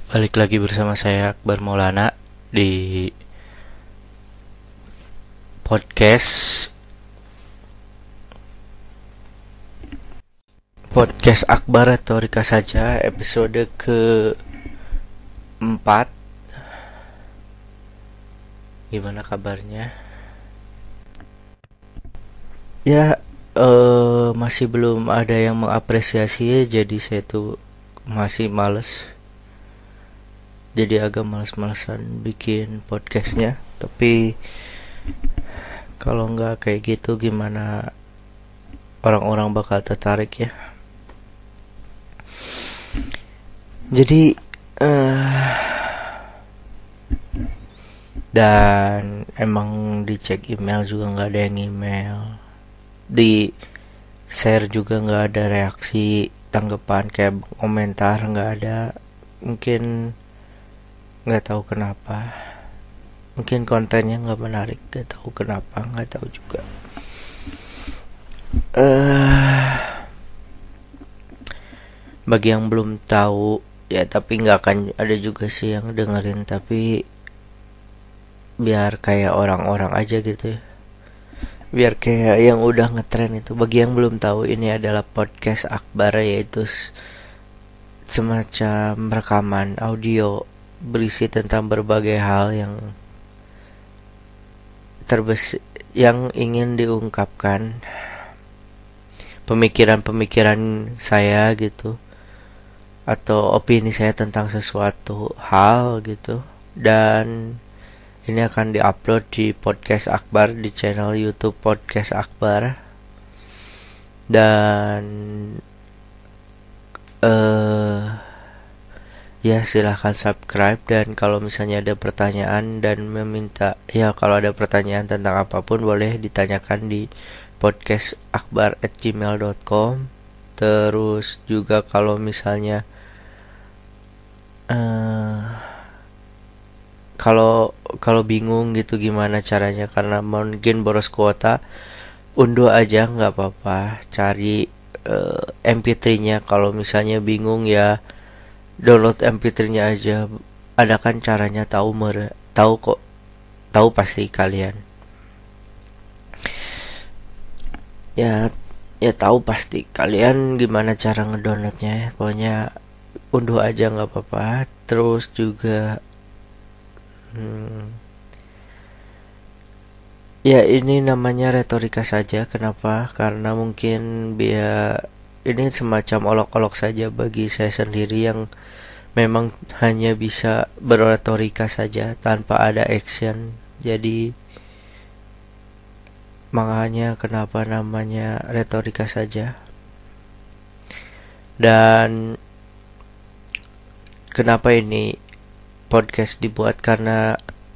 Balik lagi bersama saya Akbar Maulana di podcast podcast Akbar Retorika Saja episode ke-4. Gimana kabarnya? Ya, masih belum ada yang mengapresiasi, jadi saya tuh masih males. Jadi agak males-malesan bikin podcastnya. Tapi kalau nggak kayak gitu gimana orang-orang bakal tertarik ya. Jadi dan emang dicek email juga nggak ada yang email, di share juga nggak ada reaksi tanggapan kayak komentar, nggak ada. Mungkin nggak tahu kenapa, mungkin kontennya nggak menarik, nggak tahu kenapa, nggak tahu juga. Bagi yang belum tahu ya, tapi nggak akan ada juga sih yang dengerin, tapi biar kayak orang-orang aja gitu ya, biar kayak yang udah ngetren itu. Bagi yang belum tahu, ini adalah podcast Akbar, yaitu semacam rekaman audio berisi tentang berbagai hal yang ingin diungkapkan, pemikiran-pemikiran saya gitu, atau opini saya tentang sesuatu hal gitu. Dan ini akan diupload di podcast Akbar, di channel YouTube podcast Akbar. Dan ya silahkan subscribe, dan kalau misalnya ada pertanyaan dan meminta, ya kalau ada pertanyaan tentang apapun boleh ditanyakan di podcastakbar@gmail.com. Terus juga kalau misalnya kalau bingung gitu gimana caranya, karena mungkin boros kuota, unduh aja nggak apa-apa, cari MP3-nya. Kalau misalnya bingung ya download MP3-nya aja. Ada kan caranya, tahu kok, tahu pasti kalian. Ya ya tahu pasti kalian gimana cara ngedownloadnya ya. Pokoknya unduh aja nggak apa-apa. Terus juga ya ini namanya retorika saja. Kenapa? Karena mungkin biar ini semacam olok-olok saja bagi saya sendiri yang memang hanya bisa berretorika saja tanpa ada action. Jadi makanya kenapa namanya retorika saja. Dan kenapa ini podcast dibuat, karena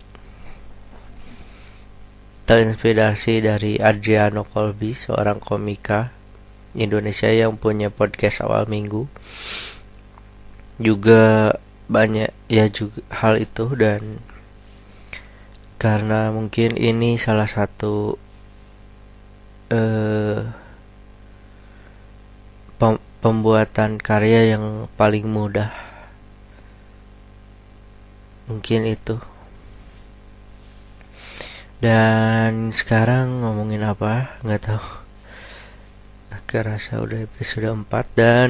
terinspirasi dari Adriano Colby, seorang komika Indonesia yang punya podcast awal minggu. Juga banyak ya juga hal itu, dan karena mungkin ini salah satu pembuatan karya yang paling mudah, mungkin itu. Dan sekarang ngomongin apa nggak tahu, agak rasa udah episode 4. Dan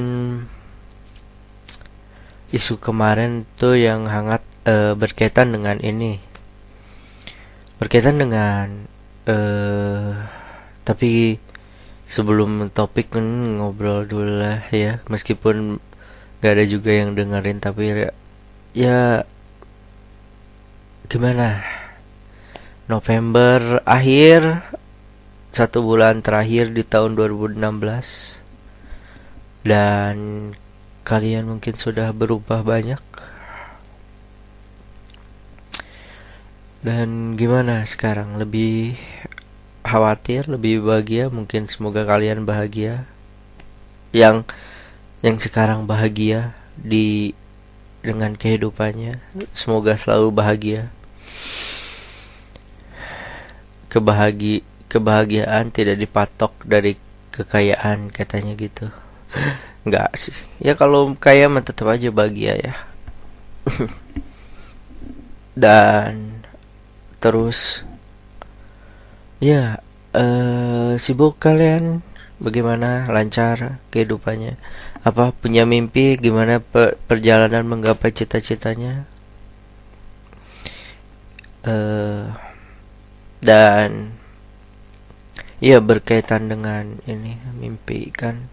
isu kemarin tuh yang hangat berkaitan dengan ini, berkaitan dengan tapi sebelum topik ngobrol dulu lah ya, meskipun gak ada juga yang dengerin, tapi ya gimana, November akhir, 1 bulan terakhir di tahun 2016, dan kalian mungkin sudah berubah banyak. Dan gimana sekarang, lebih khawatir, lebih bahagia? Mungkin semoga kalian bahagia, yang sekarang bahagia dengan kehidupannya, semoga selalu bahagia. Kebahagiaan tidak dipatok dari kekayaan, katanya gitu. Enggak sih. Ya kalau kaya mah tetap aja bahagia ya. Dan terus ya, sibuk kalian bagaimana, lancar kehidupannya, apa punya mimpi, gimana perjalanan menggapai cita-citanya. eh dan ya berkaitan dengan ini mimpi kan,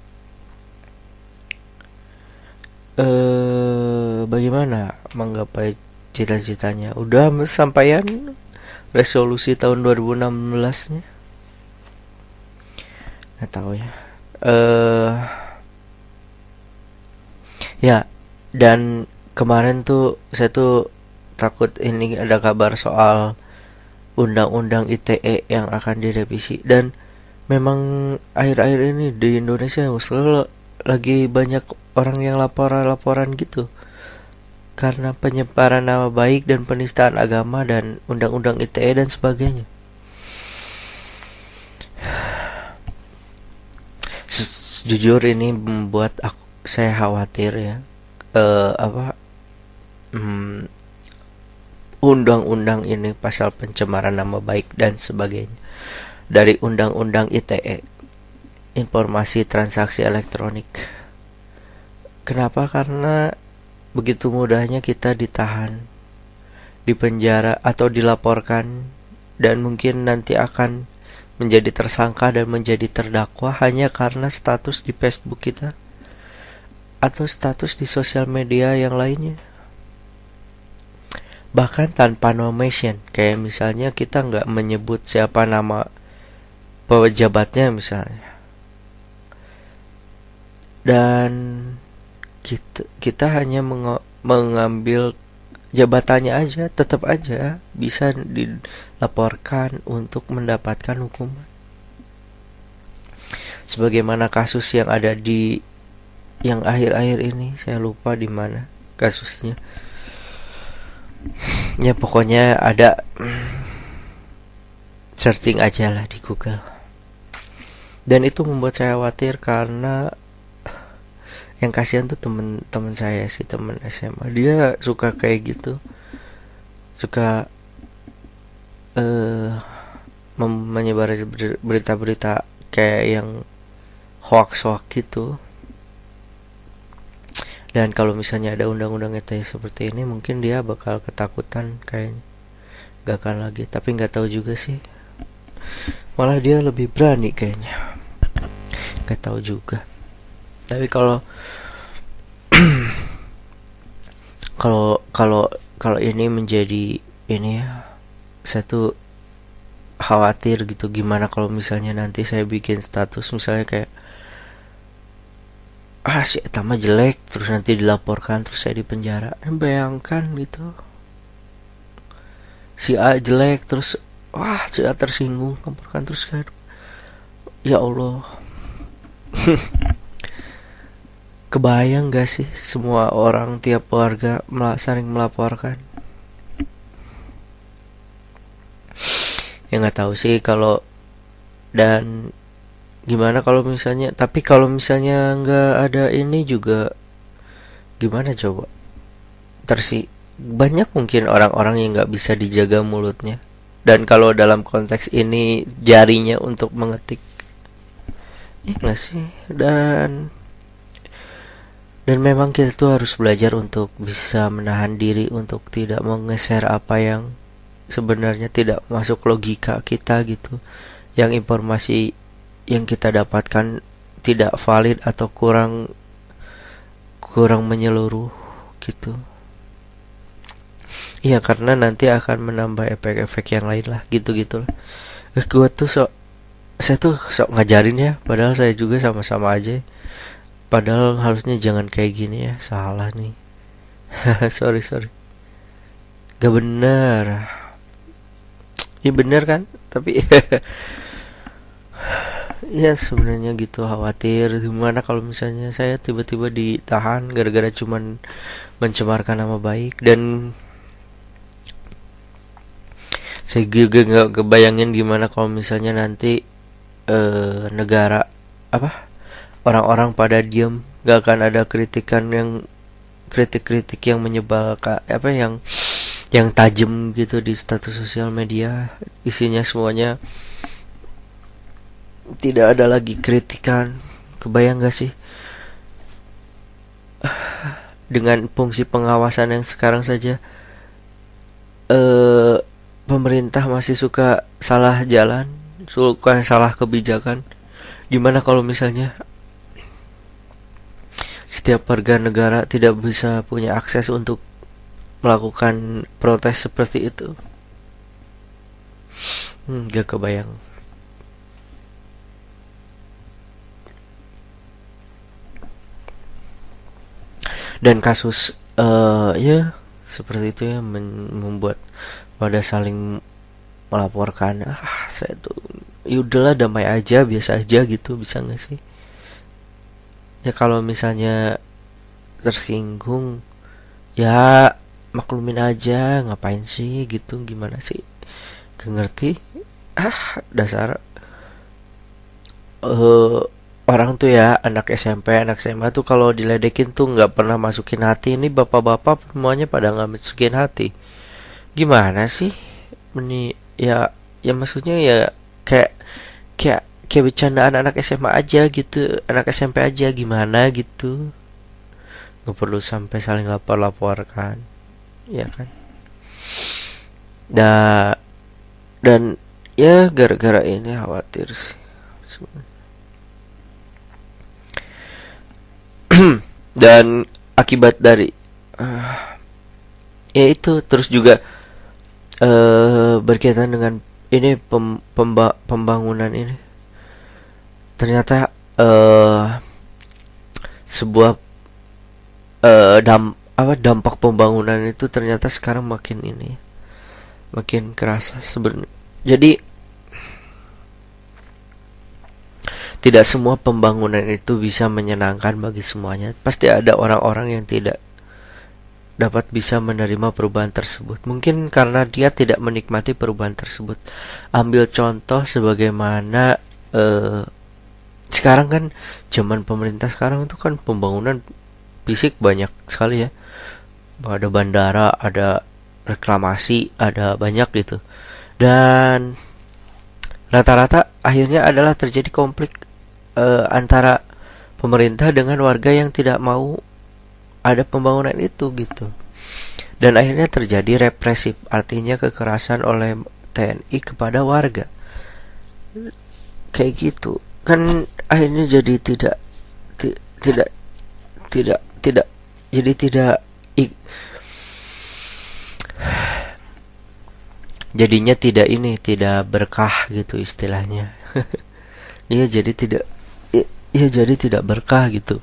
bagaimana menggapai cita-citanya, udah sampaian resolusi tahun 2016 nya, nggak tahu ya. eh Ya, dan kemarin tuh saya tuh takut ini ada kabar soal undang-undang ITE yang akan direvisi, dan memang akhir-akhir ini di Indonesia selalu lagi banyak orang yang laporan-laporan gitu karena penyebaran nama baik dan penistaan agama dan undang-undang ITE dan sebagainya. Jujur ini membuat saya khawatir ya. Apa undang-undang ini, pasal pencemaran nama baik dan sebagainya, dari undang-undang ITE, informasi transaksi elektronik. Kenapa? Karena begitu mudahnya kita ditahan, dipenjara atau dilaporkan, dan mungkin nanti akan menjadi tersangka dan menjadi terdakwa hanya karena status di Facebook kita atau status di sosial media yang lainnya. Bahkan tanpa no mention, kayak misalnya kita nggak menyebut siapa nama pejabatnya misalnya, dan kita hanya mengambil jabatannya aja, tetap aja bisa dilaporkan untuk mendapatkan hukuman. Sebagaimana kasus yang ada di yang akhir-akhir ini, saya lupa di mana kasusnya. Ya pokoknya ada, searching aja lah di Google. Dan itu membuat saya khawatir karena yang kasihan tuh temen saya sih, temen SMA. Dia suka kayak gitu, suka menyebar berita-berita kayak yang hoax-hoax gitu. Dan kalau misalnya ada undang-undang ITE seperti ini, mungkin dia bakal ketakutan kayaknya, gak akan lagi. Tapi nggak tahu juga sih, malah dia lebih berani kayaknya, nggak tahu juga. Tapi kalau kalau ini menjadi ini ya, saya tuh khawatir gitu, gimana kalau misalnya nanti saya bikin status misalnya kayak si etama jelek, terus nanti dilaporkan, terus saya dipenjara. Bayangkan gitu, si A jelek, terus si A tersinggung, laporkan, terus kan, ya Allah. Kebayang gak sih semua orang, tiap warga saling melaporkan? Ya nggak tahu sih kalau, dan gimana kalau misalnya, tapi kalau misalnya nggak ada ini juga, gimana coba? Banyak mungkin orang-orang yang nggak bisa dijaga mulutnya, dan kalau dalam konteks ini jarinya untuk mengetik, ya nggak sih? Dan memang kita tuh harus belajar untuk bisa menahan diri untuk tidak mengeser apa yang sebenarnya tidak masuk logika kita gitu, yang informasi yang kita dapatkan tidak valid atau kurang menyeluruh gitu. Iya, karena nanti akan menambah efek-efek yang lain lah, gitu-gitu lah. Saya tuh sok ngajarin ya, padahal saya juga sama-sama aja. Padahal harusnya jangan kayak gini ya, salah nih. sorry. Gak bener. Ini bener kan? Tapi ya sebenarnya gitu, khawatir gimana kalau misalnya saya tiba-tiba ditahan gara-gara cuman mencemarkan nama baik. Dan saya juga nggak kebayangin gimana kalau misalnya nanti negara, orang-orang pada diam, gak akan ada kritikan yang kritik-kritik yang menyebalkan, apa yang tajam gitu di status sosial media, isinya semuanya tidak ada lagi kritikan. Kebayang gak sih dengan fungsi pengawasan yang sekarang saja, eh pemerintah masih suka salah jalan, suka salah kebijakan. Gimana kalau misalnya setiap warga negara tidak bisa punya akses untuk melakukan protes seperti itu? Gak kebayang. Dan kasus ya seperti itu ya, membuat pada saling melaporkan, saya tuh ya udahlah damai aja, biasa aja gitu, bisa nggak sih? Ya kalau misalnya tersinggung, ya maklumin aja, ngapain sih gitu, gimana sih, gak ngerti. Dasar eh orang tuh ya, anak SMP anak SMA tuh kalau diledekin tuh nggak pernah masukin hati. Ini bapak-bapak semuanya pada nggak masukin hati, gimana sih? Meni ya, ya maksudnya ya kayak kayak kayak bercandaan anak SMA aja gitu, anak SMP aja, gimana gitu. Nggak perlu sampai saling lapor-laporkan, ya kan? Da dan ya gara-gara ini khawatir sih sebenarnya. Dan akibat dari ya itu, terus juga berkaitan dengan ini pembangunan ini, ternyata sebuah dampak pembangunan itu ternyata sekarang makin ini, makin kerasa sebenarnya. Jadi tidak semua pembangunan itu bisa menyenangkan bagi semuanya. Pasti ada orang-orang yang tidak dapat bisa menerima perubahan tersebut. Mungkin karena dia tidak menikmati perubahan tersebut. Ambil contoh sebagaimana sekarang kan, zaman pemerintah sekarang itu kan pembangunan fisik banyak sekali ya. Ada bandara, ada reklamasi, ada banyak gitu. Dan rata-rata akhirnya adalah terjadi konflik antara pemerintah dengan warga yang tidak mau ada pembangunan itu gitu. Dan akhirnya terjadi represif, artinya kekerasan oleh TNI kepada warga. Kayak gitu. Kan akhirnya jadi tidak tidak jadi tidak jadinya tidak ini, tidak berkah gitu istilahnya. Iya, jadi tidak, iya jadi tidak berkah gitu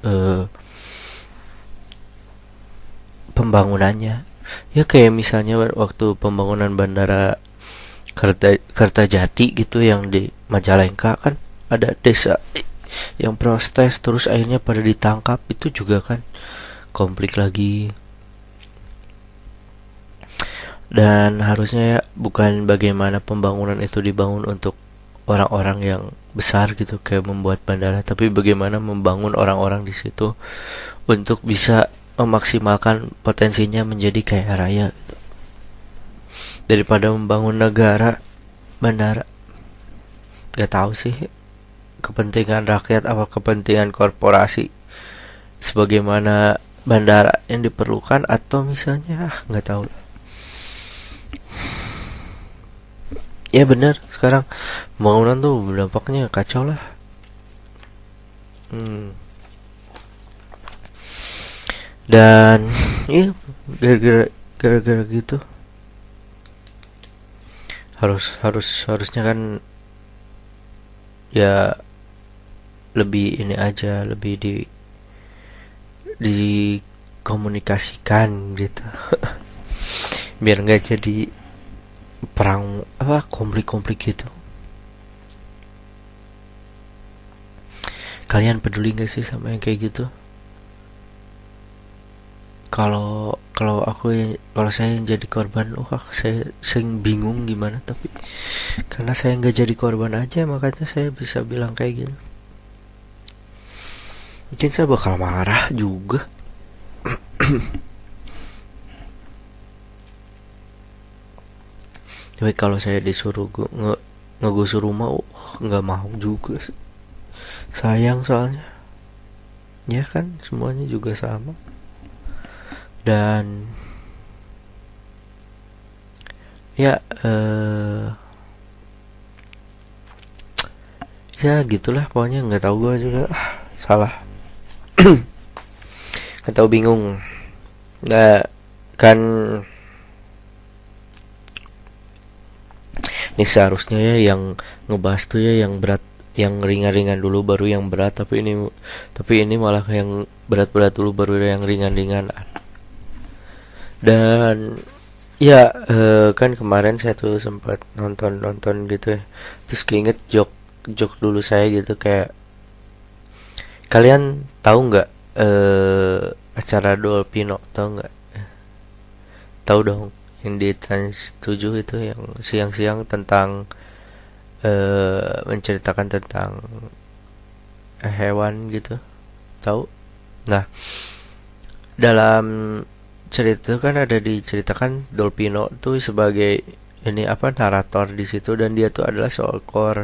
pembangunannya. Ya kayak misalnya waktu pembangunan bandara Kertajati gitu yang di Majalengka, kan ada desa yang protes, terus akhirnya pada ditangkap. Itu juga kan konflik lagi. Dan harusnya ya, bukan bagaimana pembangunan itu dibangun untuk orang-orang yang besar gitu kayak membuat bandara, tapi bagaimana membangun orang-orang di situ untuk bisa memaksimalkan potensinya menjadi kaya raya gitu. Daripada membangun negara, bandara. Gak tahu sih kepentingan rakyat apa kepentingan korporasi sebagaimana bandara yang diperlukan, atau misalnya nggak tahu. Ya benar, sekarang pembangunan tuh dampaknya kacau lah. Dan iya, gara-gara gitu harusnya kan ya lebih ini aja, lebih dikomunikasikan gitu. Biar nggak jadi perang konflik gitu. Kalian peduli nggak sih sama yang kayak gitu? Kalau kalau saya yang jadi korban, saya sering bingung gimana, tapi karena saya nggak jadi korban aja, makanya saya bisa bilang kayak gini. Mungkin saya bakal marah juga. Tapi kalau saya disuruh ngegusur rumah, nggak mau juga. Sayang soalnya. Ya kan, semuanya juga sama. Dan ya ya gitulah pokoknya, nggak tahu gue juga salah. Nggak tahu, bingung. Nah kan ini seharusnya ya yang ngebahas tuh ya yang berat, yang ringan-ringan dulu baru yang berat, tapi ini malah yang berat-berat dulu baru yang ringan-ringan. Dan ya kan kemarin saya tuh sempat nonton gitu ya, terus keinget jok dulu saya gitu, kayak kalian tahu nggak acara Dolpino, tahu nggak? Tahu dong, yang di Trans 7 itu yang siang-siang tentang menceritakan tentang hewan gitu, tahu? Nah, dalam cerita itu kan ada diceritakan Dolpino tuh sebagai ini apa, narator di situ, dan dia tuh adalah seekor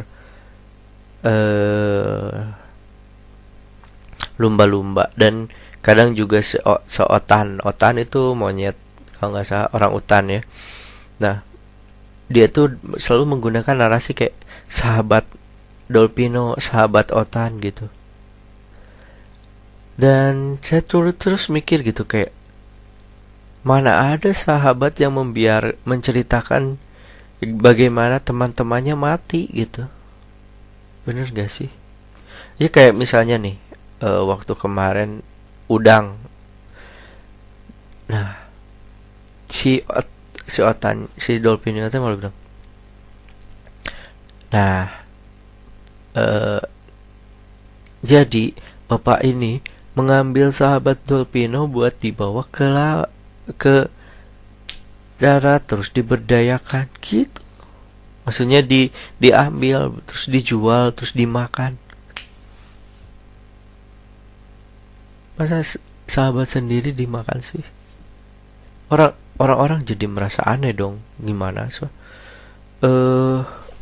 lumba-lumba, dan kadang juga otan itu monyet, kalau nggak salah orang utan ya. Nah, dia tuh selalu menggunakan narasi kayak sahabat Dolpino, sahabat otan gitu. Dan saya terus mikir gitu, kayak mana ada sahabat yang menceritakan bagaimana teman-temannya mati gitu. Bener gak sih? Ya kayak misalnya nih, waktu kemarin udang. Nah, si Dolphin itu malah bilang, nah, jadi bapak ini mengambil sahabat Dolpino buat dibawa ke darat, terus diberdayakan gitu. Maksudnya diambil, terus dijual, terus dimakan. Masa sahabat sendiri dimakan sih? Orang-orang jadi merasa aneh dong. Gimana so? Eh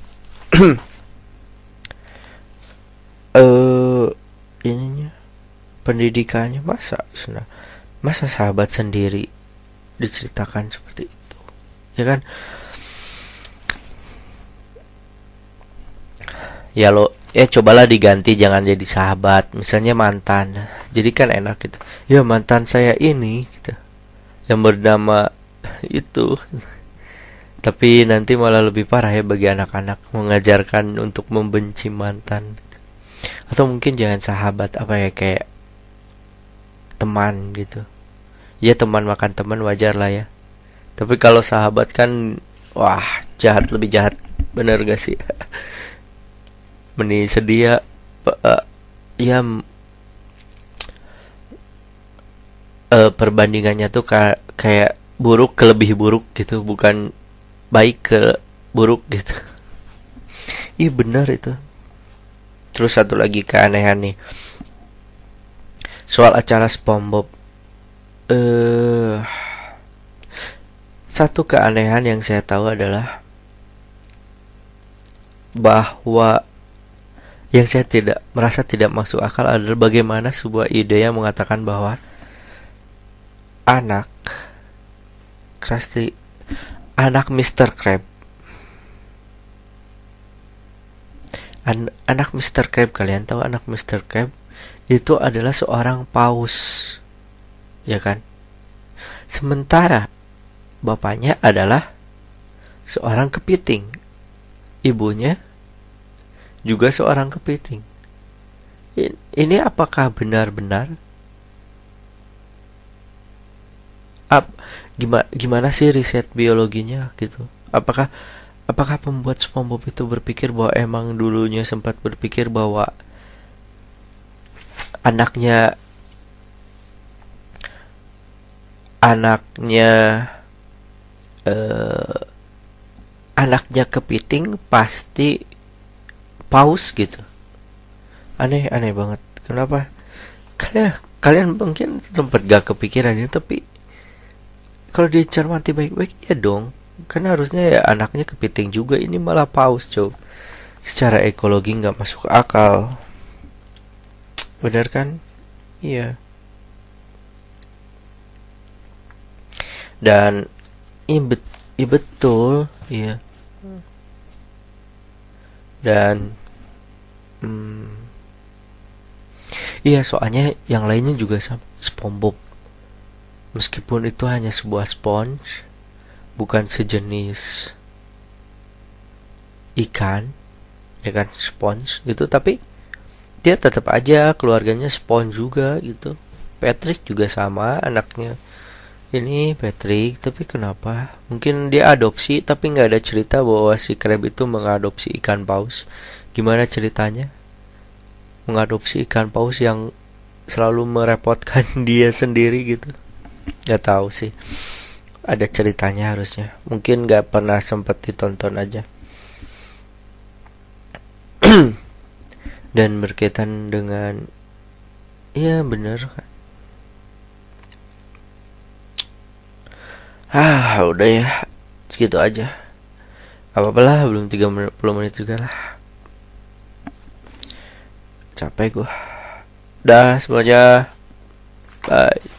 ininya, pendidikannya masa sahabat sendiri diceritakan seperti itu, ya kan? Ya lo, ya cobalah diganti, jangan jadi sahabat, misalnya mantan, jadi kan enak gitu. Ya mantan saya ini gitu, yang bernama itu. Tapi nanti malah lebih parah ya bagi anak-anak, mengajarkan untuk membenci mantan. Atau mungkin jangan sahabat, apa ya, kayak teman gitu. Ya teman makan teman wajar lah ya. Tapi kalau sahabat kan, wah, jahat, lebih jahat. Bener gak sih? Meni sedia ya, perbandingannya tuh kayak buruk ke lebih buruk gitu, bukan baik ke buruk gitu. Iya benar itu. Terus satu lagi keanehan nih, soal acara SpongeBob. Satu keanehan yang saya tahu adalah bahwa yang saya merasa tidak masuk akal adalah bagaimana sebuah ide yang mengatakan bahwa anak Krusty, anak Mr. Krab, anak Mr. Krab, kalian tahu anak Mr. Krab itu adalah seorang paus, ya kan? Sementara bapaknya adalah seorang kepiting, ibunya juga seorang kepiting. Ini apakah benar-benar gimana sih riset biologinya gitu? Apakah pembuat SpongeBob itu berpikir bahwa emang dulunya sempat berpikir bahwa anaknya anaknya anaknya kepiting pasti paus gitu? Aneh banget. Kenapa? Karena Kalian mungkin sempat gak kepikiran ya, tapi kalau dicermati baik-baik ya dong. Karena harusnya ya anaknya kepiting juga, ini malah paus cow. Secara ekologi nggak masuk akal. Benar kan? Iya. Dan iya, iya betul, iya. Dan iya, soalnya yang lainnya juga sama. SpongeBob, meskipun itu hanya sebuah sponge, bukan sejenis ikan, ya kan, sponge gitu, tapi dia tetap aja keluarganya sponge juga gitu. Patrick juga sama anaknya. Ini Patrick, tapi kenapa? Mungkin dia adopsi, tapi nggak ada cerita bahwa si Crab itu mengadopsi ikan paus. Gimana ceritanya? Mengadopsi ikan paus yang selalu merepotkan dia sendiri gitu. Nggak tahu sih. Ada ceritanya harusnya. Mungkin nggak pernah sempet ditonton aja. Dan berkaitan dengan, iya bener kan. Udah ya, segitu aja. Apa-apa lah, belum 30 menit juga lah. Capek gua. Dah semuanya. Bye.